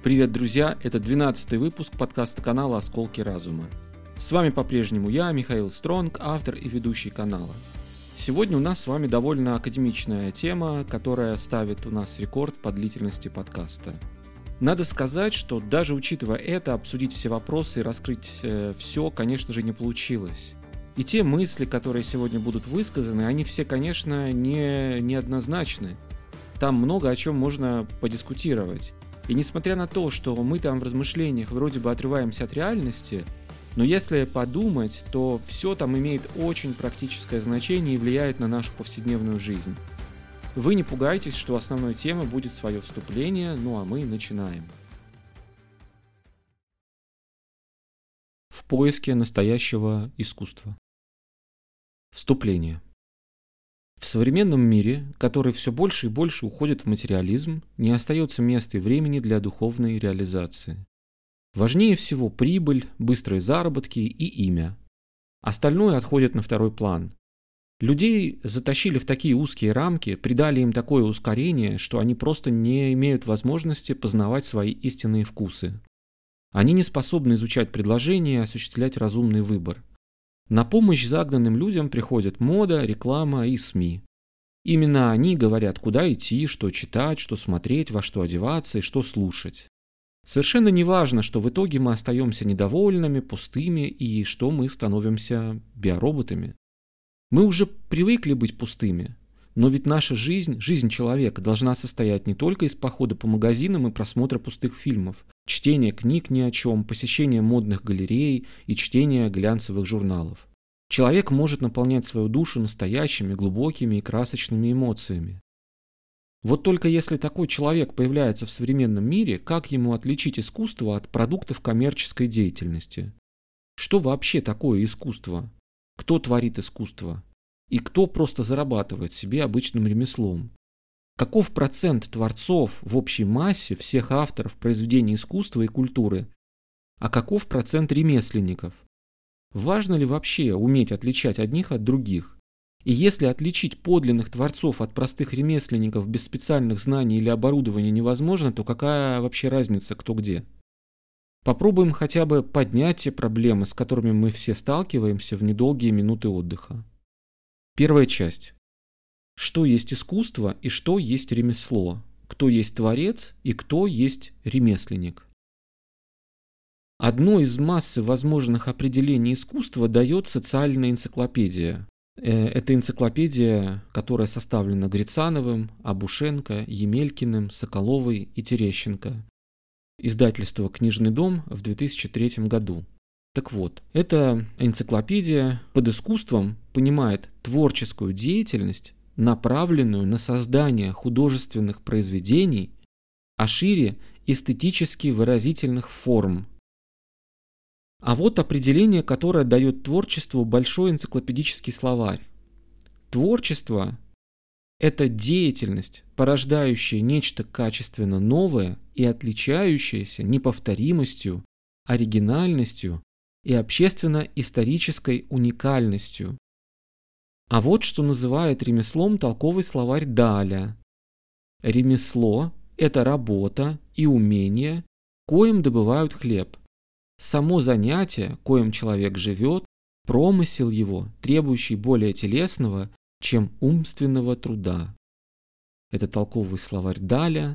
Привет, друзья! Это 12-й выпуск подкаста канала «Осколки разума». С вами по-прежнему я, Михаил Стронг, автор и ведущий канала. Сегодня у нас с вами довольно академичная тема, которая ставит у нас рекорд по длительности подкаста. Надо сказать, что даже учитывая это, обсудить все вопросы и раскрыть все, конечно же, не получилось. И те мысли, которые сегодня будут высказаны, они все, конечно, неоднозначны. Там много о чем можно подискутировать. И несмотря на то, что мы там в размышлениях вроде бы отрываемся от реальности, но если подумать, то все там имеет очень практическое значение и влияет на нашу повседневную жизнь. Вы не пугайтесь, что основной темой будет свое вступление, ну а мы начинаем. В поиске настоящего искусства. Вступление. В современном мире, который все больше и больше уходит в материализм, не остается места и времени для духовной реализации. Важнее всего прибыль, быстрые заработки и имя. Остальное отходит на второй план. Людей затащили в такие узкие рамки, придали им такое ускорение, что они просто не имеют возможности познавать свои истинные вкусы. Они не способны изучать предложения и осуществлять разумный выбор. На помощь загнанным людям приходят мода, реклама и СМИ. Именно они говорят, куда идти, что читать, что смотреть, во что одеваться и что слушать. Совершенно не важно, что в итоге мы остаемся недовольными, пустыми и что мы становимся биороботами. Мы уже привыкли быть пустыми, но ведь наша жизнь, жизнь человека, должна состоять не только из похода по магазинам и просмотра пустых фильмов, чтения книг ни о чем, посещения модных галерей и чтения глянцевых журналов. Человек может наполнять свою душу настоящими, глубокими и красочными эмоциями. Вот только если такой человек появляется в современном мире, как ему отличить искусство от продуктов коммерческой деятельности? Что вообще такое искусство? Кто творит искусство? И кто просто зарабатывает себе обычным ремеслом? Каков процент творцов в общей массе всех авторов произведений искусства и культуры? А каков процент ремесленников? Важно ли вообще уметь отличать одних от других? И если отличить подлинных творцов от простых ремесленников без специальных знаний или оборудования невозможно, то какая вообще разница, кто где? Попробуем хотя бы поднять те проблемы, с которыми мы все сталкиваемся в недолгие минуты отдыха. Первая часть. Что есть искусство и что есть ремесло? Кто есть творец и кто есть ремесленник? Одно из массы возможных определений искусства дает социальная энциклопедия. Это энциклопедия, которая составлена Грицановым, Абушенко, Емелькиным, Соколовой и Терещенко. Издательство «Книжный дом» в 2003 году. Так вот, эта энциклопедия под искусством понимает творческую деятельность, направленную на создание художественных произведений, а шире эстетически выразительных форм. А вот определение, которое дает творчеству большой энциклопедический словарь. Творчество – это деятельность, порождающая нечто качественно новое и отличающееся неповторимостью, оригинальностью и общественно-исторической уникальностью. А вот что называет ремеслом толковый словарь Даля. Ремесло – это работа и умение, коим добывают хлеб. Само занятие, коим человек живет, промысел его, требующий более телесного, чем умственного труда. Это толковый словарь Даля,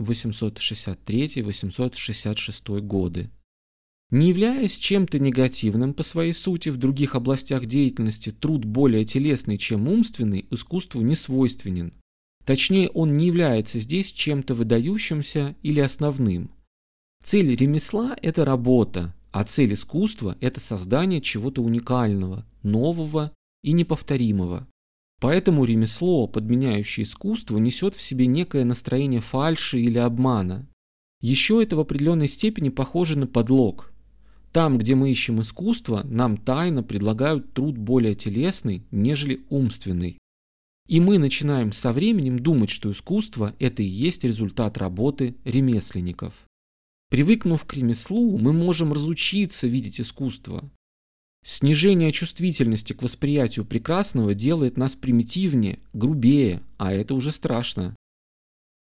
863-866 годы. Не являясь чем-то негативным по своей сути, в других областях деятельности труд более телесный, чем умственный, искусству не свойственен. Точнее, он не является здесь чем-то выдающимся или основным. Цель ремесла – это работа, а цель искусства – это создание чего-то уникального, нового и неповторимого. Поэтому ремесло, подменяющее искусство, несет в себе некое настроение фальши или обмана. Еще это в определенной степени похоже на подлог. Там, где мы ищем искусство, нам тайно предлагают труд более телесный, нежели умственный. И мы начинаем со временем думать, что искусство – это и есть результат работы ремесленников. Привыкнув к ремеслу, мы можем разучиться видеть искусство. Снижение чувствительности к восприятию прекрасного делает нас примитивнее, грубее, а это уже страшно.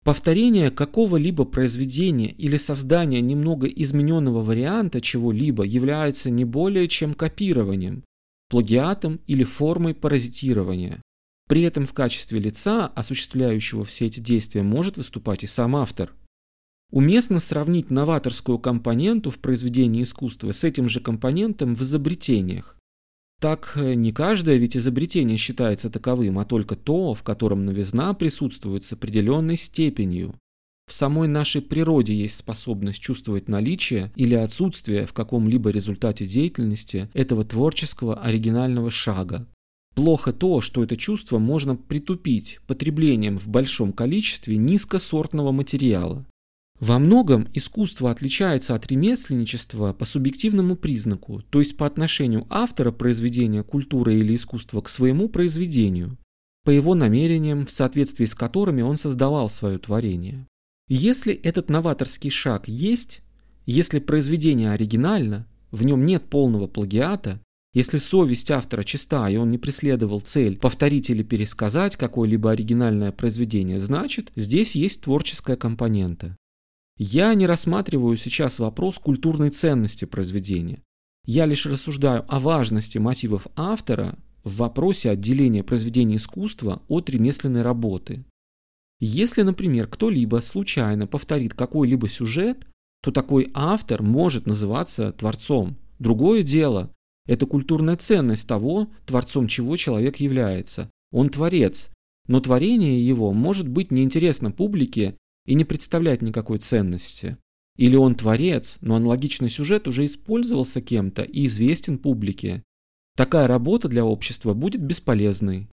Повторение какого-либо произведения или создание немного измененного варианта чего-либо является не более чем копированием, плагиатом или формой паразитирования. При этом в качестве лица, осуществляющего все эти действия, может выступать и сам автор. Уместно сравнить новаторскую компоненту в произведении искусства с этим же компонентом в изобретениях. Так не каждое ведь изобретение считается таковым, а только то, в котором новизна присутствует с определенной степенью. В самой нашей природе есть способность чувствовать наличие или отсутствие в каком-либо результате деятельности этого творческого оригинального шага. Плохо то, что это чувство можно притупить потреблением в большом количестве низкосортного материала. Во многом искусство отличается от ремесленничества по субъективному признаку, то есть по отношению автора произведения культуры или искусства к своему произведению, по его намерениям, в соответствии с которыми он создавал свое творение. Если этот новаторский шаг есть, если произведение оригинально, в нем нет полного плагиата, если совесть автора чиста и он не преследовал цель повторить или пересказать какое-либо оригинальное произведение, значит, здесь есть творческая компонента. Я не рассматриваю сейчас вопрос культурной ценности произведения. Я лишь рассуждаю о важности мотивов автора в вопросе отделения произведения искусства от ремесленной работы. Если, например, кто-либо случайно повторит какой-либо сюжет, то такой автор может называться творцом. Другое дело – это культурная ценность того, творцом чего человек является. Он творец, но творение его может быть неинтересно публике и не представлять никакой ценности. Или он творец, но аналогичный сюжет уже использовался кем-то и известен публике. Такая работа для общества будет бесполезной.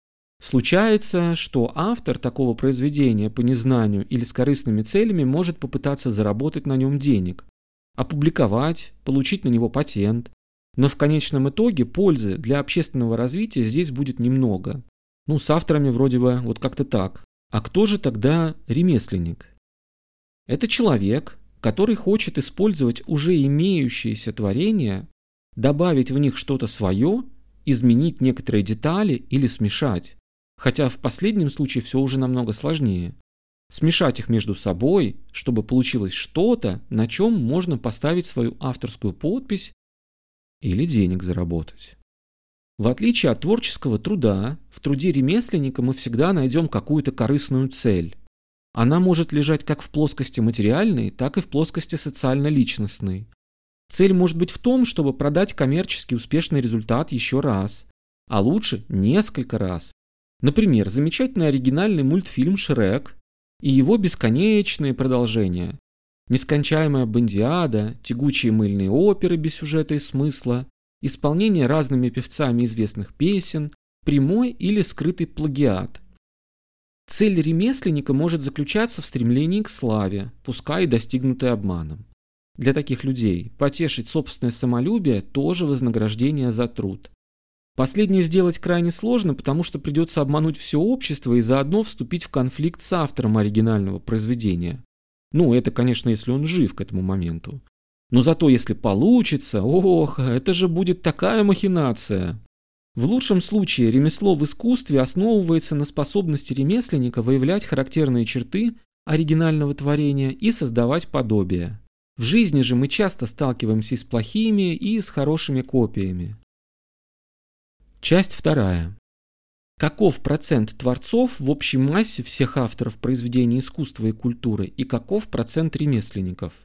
Случается, что автор такого произведения по незнанию или с корыстными целями может попытаться заработать на нем денег, опубликовать, получить на него патент, но в конечном итоге пользы для общественного развития здесь будет немного. С авторами вроде бы вот как-то так. А кто же тогда ремесленник? Это человек, который хочет использовать уже имеющиеся творения, добавить в них что-то свое, изменить некоторые детали или смешать. Хотя в последнем случае все уже намного сложнее. Смешать их между собой, чтобы получилось что-то, на чем можно поставить свою авторскую подпись или денег заработать. В отличие от творческого труда, в труде ремесленника мы всегда найдем какую-то корыстную цель. Она может лежать как в плоскости материальной, так и в плоскости социально-личностной. Цель может быть в том, чтобы продать коммерчески успешный результат еще раз, а лучше несколько раз. Например, замечательный оригинальный мультфильм «Шрек» и его бесконечные продолжения. Нескончаемая бондиада, тягучие мыльные оперы без сюжета и смысла, исполнение разными певцами известных песен, прямой или скрытый плагиат. Цель ремесленника может заключаться в стремлении к славе, пускай и достигнутой обманом. Для таких людей потешить собственное самолюбие тоже вознаграждение за труд. Последнее сделать крайне сложно, потому что придется обмануть все общество и заодно вступить в конфликт с автором оригинального произведения. Это, конечно, если он жив к этому моменту. Но зато если получится, это же будет такая махинация. В лучшем случае ремесло в искусстве основывается на способности ремесленника выявлять характерные черты оригинального творения и создавать подобие. В жизни же мы часто сталкиваемся и с плохими, и с хорошими копиями. Часть 2. Каков процент творцов в общей массе всех авторов произведений искусства и культуры и каков процент ремесленников?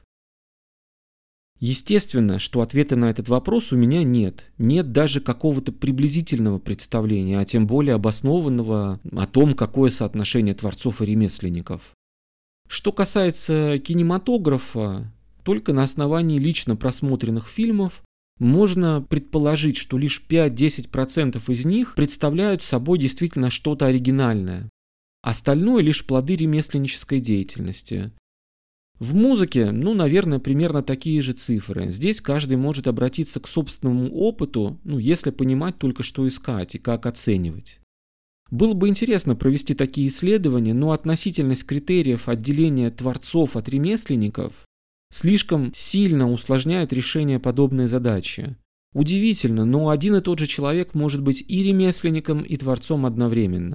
Естественно, что ответа на этот вопрос у меня нет. Нет даже какого-то приблизительного представления, а тем более обоснованного о том, какое соотношение творцов и ремесленников. Что касается кинематографа, только на основании лично просмотренных фильмов можно предположить, что лишь 5-10% из них представляют собой действительно что-то оригинальное. Остальное лишь плоды ремесленнической деятельности. В музыке, наверное, примерно такие же цифры. Здесь каждый может обратиться к собственному опыту, если понимать только, что искать и как оценивать. Было бы интересно провести такие исследования, но относительность критериев отделения творцов от ремесленников слишком сильно усложняет решение подобной задачи. Удивительно, но один и тот же человек может быть и ремесленником, и творцом одновременно.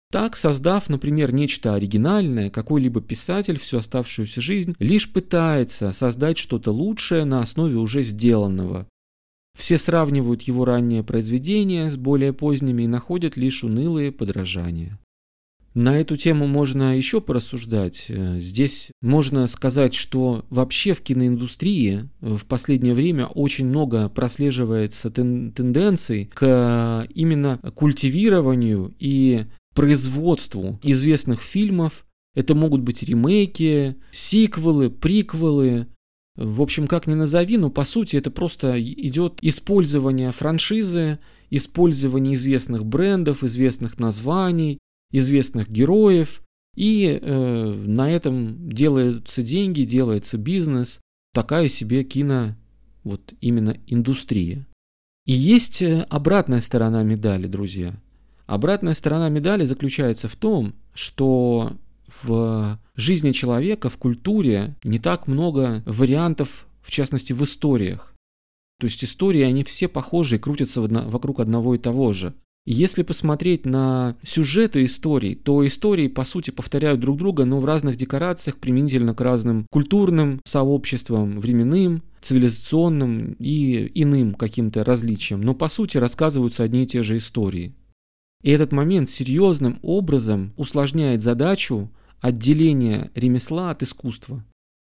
Так, создав, например, нечто оригинальное, какой-либо писатель всю оставшуюся жизнь лишь пытается создать что-то лучшее на основе уже сделанного. Все сравнивают его раннее произведение с более поздними и находят лишь унылые подражания. На эту тему можно еще порассуждать. Здесь можно сказать, что вообще в киноиндустрии в последнее время очень много прослеживается тенденций к именно культивированию и производству известных фильмов. Это могут быть ремейки, сиквелы, приквелы. В общем, как ни назови, но по сути это просто идет использование франшизы, использование известных брендов, известных названий, известных героев, и на этом делаются деньги, делается бизнес, такая себе вот именно индустрия. И есть обратная сторона медали, друзья. Обратная сторона медали заключается в том, что в жизни человека, в культуре не так много вариантов, в частности в историях. То есть истории, они все похожи и крутятся вокруг одного и того же. И если посмотреть на сюжеты историй, то истории, по сути, повторяют друг друга, но в разных декорациях, применительно к разным культурным сообществам, временным, цивилизационным и иным каким-то различиям. Но, по сути, рассказываются одни и те же истории. И этот момент серьезным образом усложняет задачу отделения ремесла от искусства.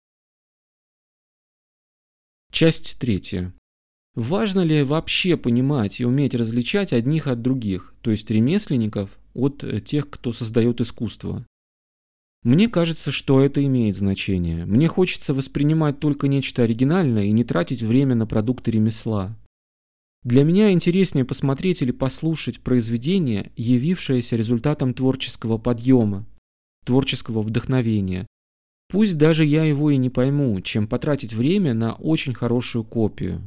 Часть 3. Важно ли вообще понимать и уметь различать одних от других, то есть ремесленников от тех, кто создает искусство? Мне кажется, что это имеет значение. Мне хочется воспринимать только нечто оригинальное и не тратить время на продукты ремесла. Для меня интереснее посмотреть или послушать произведение, явившееся результатом творческого подъема, творческого вдохновения. Пусть даже я его и не пойму, чем потратить время на очень хорошую копию.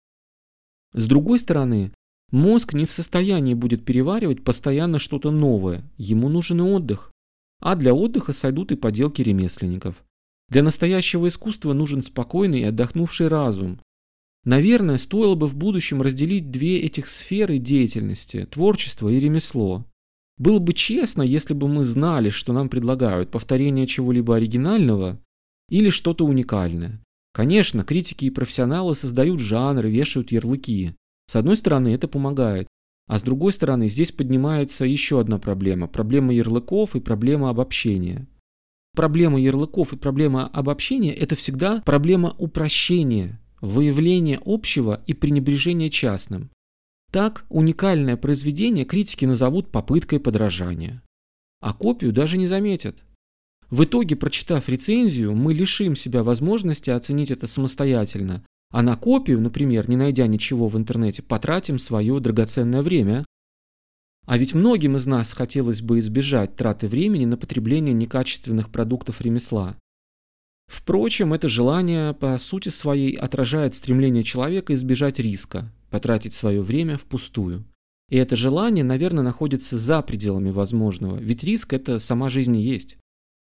С другой стороны, мозг не в состоянии будет переваривать постоянно что-то новое, ему нужен отдых. А для отдыха сойдут и поделки ремесленников. Для настоящего искусства нужен спокойный и отдохнувший разум. Наверное, стоило бы в будущем разделить две этих сферы деятельности – творчество и ремесло. Было бы честно, если бы мы знали, что нам предлагают повторение чего-либо оригинального или что-то уникальное. Конечно, критики и профессионалы создают жанры, вешают ярлыки. С одной стороны, это помогает, а с другой стороны, здесь поднимается еще одна проблема – проблема ярлыков и проблема обобщения. Проблема ярлыков и проблема обобщения – это всегда проблема упрощения, выявления общего и пренебрежения частным. Так, уникальное произведение критики назовут попыткой подражания, а копию даже не заметят. В итоге, прочитав рецензию, мы лишим себя возможности оценить это самостоятельно, а на копию, например, не найдя ничего в интернете, потратим свое драгоценное время. А ведь многим из нас хотелось бы избежать траты времени на потребление некачественных продуктов ремесла. Впрочем, это желание по сути своей отражает стремление человека избежать риска, потратить свое время впустую. И это желание, наверное, находится за пределами возможного, ведь риск – это сама жизнь и есть.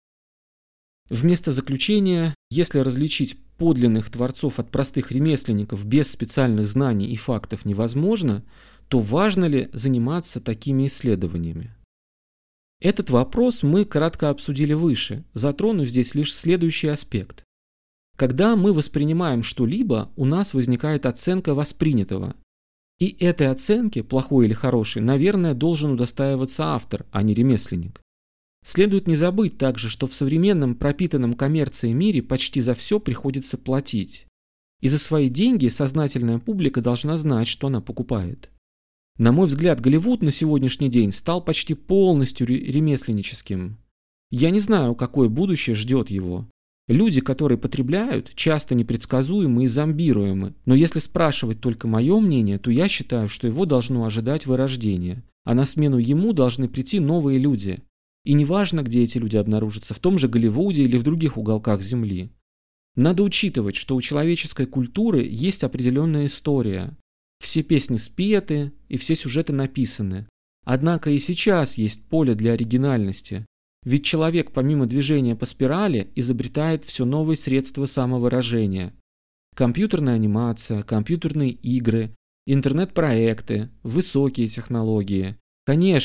Вместо заключения, если различить подлинных творцов от простых ремесленников без специальных знаний и фактов невозможно, то важно ли заниматься такими исследованиями? Этот вопрос мы кратко обсудили выше, затронув здесь лишь следующий аспект. Когда мы воспринимаем что-либо, у нас возникает оценка воспринятого. И этой оценке, плохой или хорошей, наверное, должен удостаиваться автор, а не ремесленник. Следует не забыть также, что в современном пропитанном коммерцией мире почти за все приходится платить. И за свои деньги сознательная публика должна знать, что она покупает. На мой взгляд, Голливуд на сегодняшний день стал почти полностью ремесленническим. Я не знаю, какое будущее ждет его. Люди, которые потребляют, часто непредсказуемы и зомбируемы, но если спрашивать только мое мнение, то я считаю, что его должно ожидать вырождение, а на смену ему должны прийти новые люди. И неважно, где эти люди обнаружатся, в том же Голливуде или в других уголках Земли. Надо учитывать, что у человеческой культуры есть определенная история. Все песни спеты и все сюжеты написаны. Однако и сейчас есть поле для оригинальности. Ведь человек помимо движения по спирали изобретает все новые средства самовыражения. Компьютерная анимация, компьютерные игры, интернет-проекты, высокие технологии. Конечно,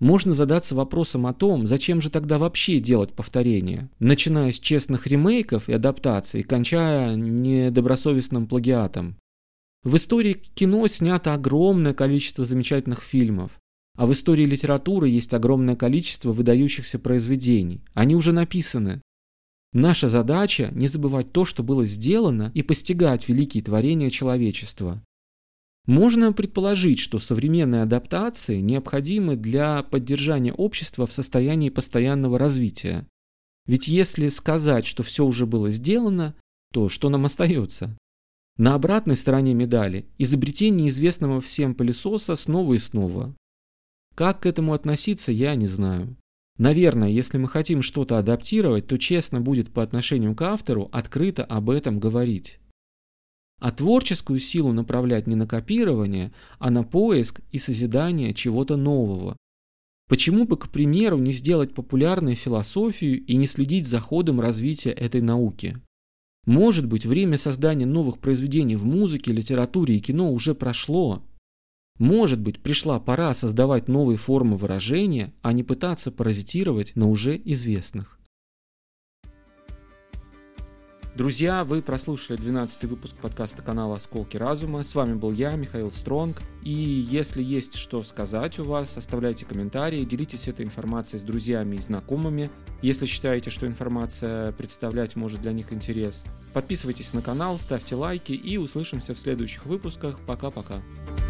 Можно задаться вопросом о том, зачем же тогда вообще делать повторения, начиная с честных ремейков и адаптаций, и кончая недобросовестным плагиатом. В истории кино снято огромное количество замечательных фильмов, а в истории литературы есть огромное количество выдающихся произведений. Они уже написаны. Наша задача – не забывать то, что было сделано, и постигать великие творения человечества. Можно предположить, что современные адаптации необходимы для поддержания общества в состоянии постоянного развития. Ведь если сказать, что все уже было сделано, то что нам остается? На обратной стороне медали – изобретение известного всем пылесоса снова и снова. Как к этому относиться, я не знаю. Наверное, если мы хотим что-то адаптировать, то честно будет по отношению к автору открыто об этом говорить. А творческую силу направлять не на копирование, а на поиск и созидание чего-то нового. Почему бы, к примеру, не сделать популярной философию и не следить за ходом развития этой науки? Может быть, время создания новых произведений в музыке, литературе и кино уже прошло. Может быть, пришла пора создавать новые формы выражения, а не пытаться паразитировать на уже известных. Друзья, вы прослушали 12-й выпуск подкаста канала «Осколки разума». С вами был я, Михаил Стронг. И если есть что сказать у вас, оставляйте комментарии, делитесь этой информацией с друзьями и знакомыми, если считаете, что информация представлять может для них интерес. Подписывайтесь на канал, ставьте лайки и услышимся в следующих выпусках. Пока-пока.